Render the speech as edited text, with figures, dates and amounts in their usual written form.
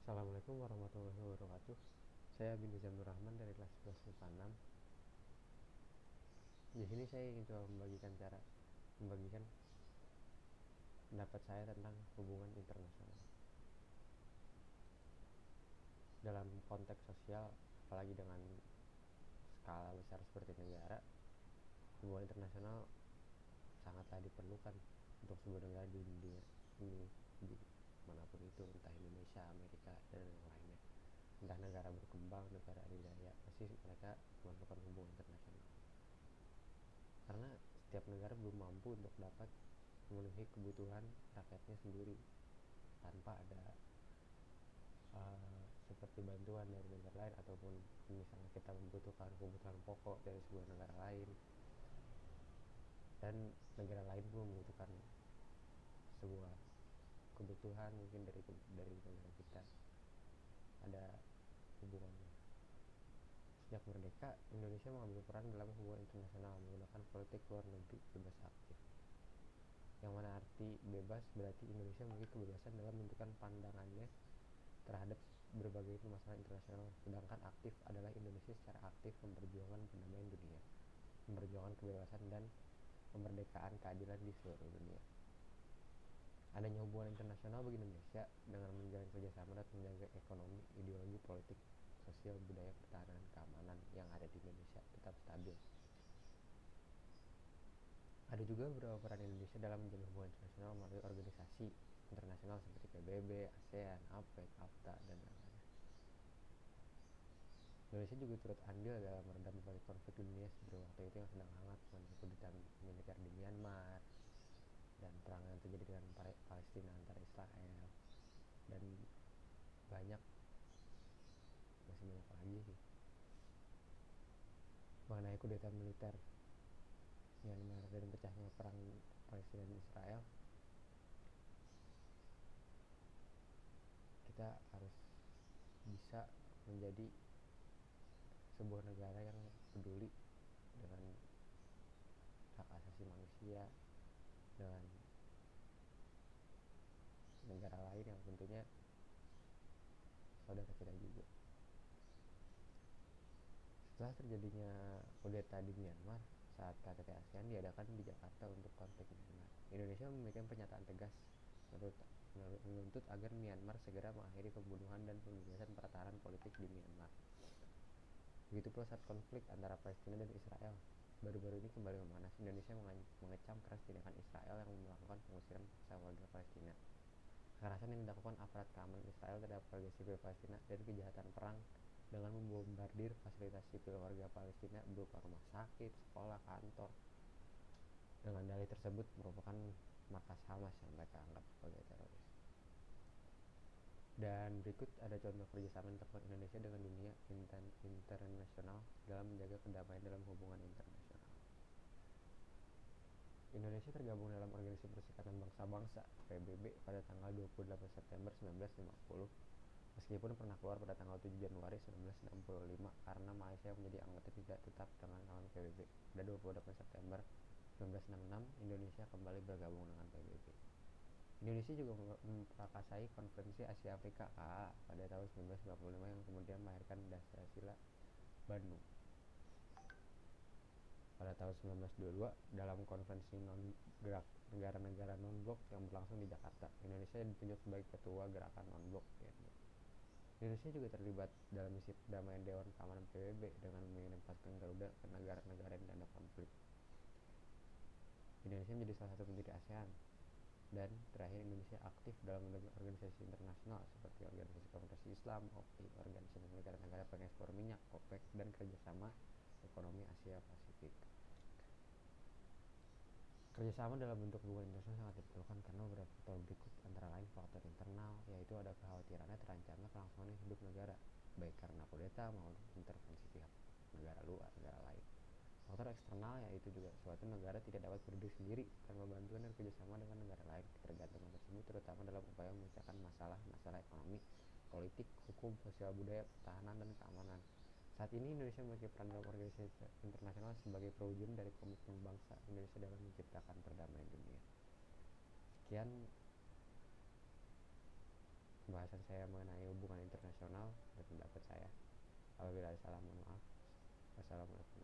Assalamualaikum warahmatullahi wabarakatuh. Saya bin Nizamur Rahman dari kelas 11 MIPA 6. Di sini saya ingin coba membagikan pendapat saya tentang hubungan internasional. Dalam konteks sosial, apalagi dengan skala besar seperti negara, hubungan internasional sangatlah diperlukan untuk sebuah negara di dunia ini, di manapun itu, entah Indonesia, Amerika, dan yang lainnya. Entah negara berkembang, negara adidaya, pasti mereka memerlukan hubungan internasional. Karena setiap negara belum mampu untuk dapat memenuhi kebutuhan rakyatnya sendiri tanpa ada seperti bantuan dari negara lain, ataupun misalnya kita membutuhkan kebutuhan pokok dari sebuah negara lain dan negara lain pun membutuhkan sebuah kebutuhan mungkin dari negara kita, ada hubungannya. Sejak merdeka, Indonesia mengambil peran dalam hubungan internasional menggunakan politik luar negeri bebas aktif, yang mana arti bebas berarti Indonesia memiliki kebebasan dalam menentukan pandangannya terhadap berbagai permasalahan internasional, sedangkan aktif adalah Indonesia secara aktif memperjuangkan perdamaian dunia, memperjuangkan kebebasan dan kemerdekaan keadilan di seluruh dunia. Adanya hubungan internasional bagi Indonesia dengan menjalin kerjasama dan menjaga ekonomi, ideologi, politik, sosial, budaya, pertahanan, keamanan yang ada di Indonesia tetap stabil. Ada juga beberapa peran Indonesia dalam menjalin hubungan internasional melalui organisasi internasional seperti PBB, ASEAN, APEC, AFTA, dan lain-lain. Indonesia juga turut andil dalam meredam berbagai konflik di dunia seperti waktu itu yang sedang hangat mengenai kudeta militer di Myanmar dan perang yang terjadi dengan Palestina antara Israel, dan masih banyak lagi sih. Mengenai kudeta militer Myanmar dan pecahnya perang Palestina dan Israel, kita harus bisa menjadi sebuah negara yang peduli dengan hak asasi manusia, dengan negara lain yang tentunya saudara kita juga. Setelah terjadinya kudeta di Myanmar saat KTT ASEAN diadakan di Jakarta untuk konflik Myanmar, Indonesia memberikan pernyataan tegas menuntut agar Myanmar segera mengakhiri pembunuhan dan pembebasan para tahanan politik di Myanmar. Begitu pula saat konflik antara Palestina dan Israel baru-baru ini kembali memanas, Indonesia mengecam keras tindakan Israel yang melakukan pengusiran paksa warga Palestina, kekerasan yang dilakukan aparat keamanan Israel terhadap warga sipil Palestina, dan kejahatan perang dengan membombardir fasilitas sipil warga Palestina berupa rumah sakit, sekolah, kantor, dengan dalih tersebut merupakan markas Hamas yang mereka anggap sebagai teroris. Dan berikut ada contoh kerjasama yang dilakukan Indonesia dengan dunia internasional dalam menjaga kedamaian dalam hubungan internasional. Indonesia tergabung dalam Organisasi Perserikatan Bangsa-Bangsa (PBB) pada tanggal 28 September 1950, meskipun pernah keluar pada tanggal 7 Januari 1965 karena Malaysia menjadi anggota tidak tetap dengan PBB. Pada 28 September 1966, Indonesia kembali bergabung dengan PBB. Indonesia juga memprakarsai Konferensi Asia Afrika (KAA) pada tahun 1955 yang kemudian melahirkan Dasar-Sila Bandung. Pada tahun 1922, dalam konferensi negara-negara non-blok yang berlangsung di Jakarta, Indonesia ditunjuk sebagai ketua gerakan non-blok (GNB). Indonesia juga terlibat dalam misi perdamaian Dewan Keamanan PBB dengan mengirim pasukan Garuda ke negara-negara yang dilanda konflik. Indonesia menjadi salah satu pendiri ASEAN. Dan terakhir, Indonesia aktif dalam organisasi internasional seperti Organisasi Komunitas Islam, OKI, Organisasi Negara-Negara Pengekspor Minyak, OPEC, dan Kerjasama Ekonomi Asia Pasifik. Kerjasama dalam bentuk hubungan internasional sangat diperlukan karena beberapa faktor berikut, antara lain faktor internal, yaitu ada kekhawatirannya terancamnya kelangsungan hidup negara, baik karena kudeta maupun intervensi pihak negara lain. Faktor eksternal, yaitu juga suatu negara tidak dapat berdiri sendiri tanpa bantuan dan kerjasama dengan negara lain. Ketergantungan tersebut terutama dalam upaya memecahkan masalah-masalah ekonomi, politik, hukum, sosial, budaya, pertahanan, dan keamanan. Saat ini Indonesia memiliki peran dalam organisasi internasional sebagai perwujudan dari komitmen bangsa Indonesia dalam menciptakan perdamaian dunia. Sekian pembahasan saya mengenai hubungan internasional dan pendapat saya. Apabila ada salah, mohon maaf. Wassalamualaikum.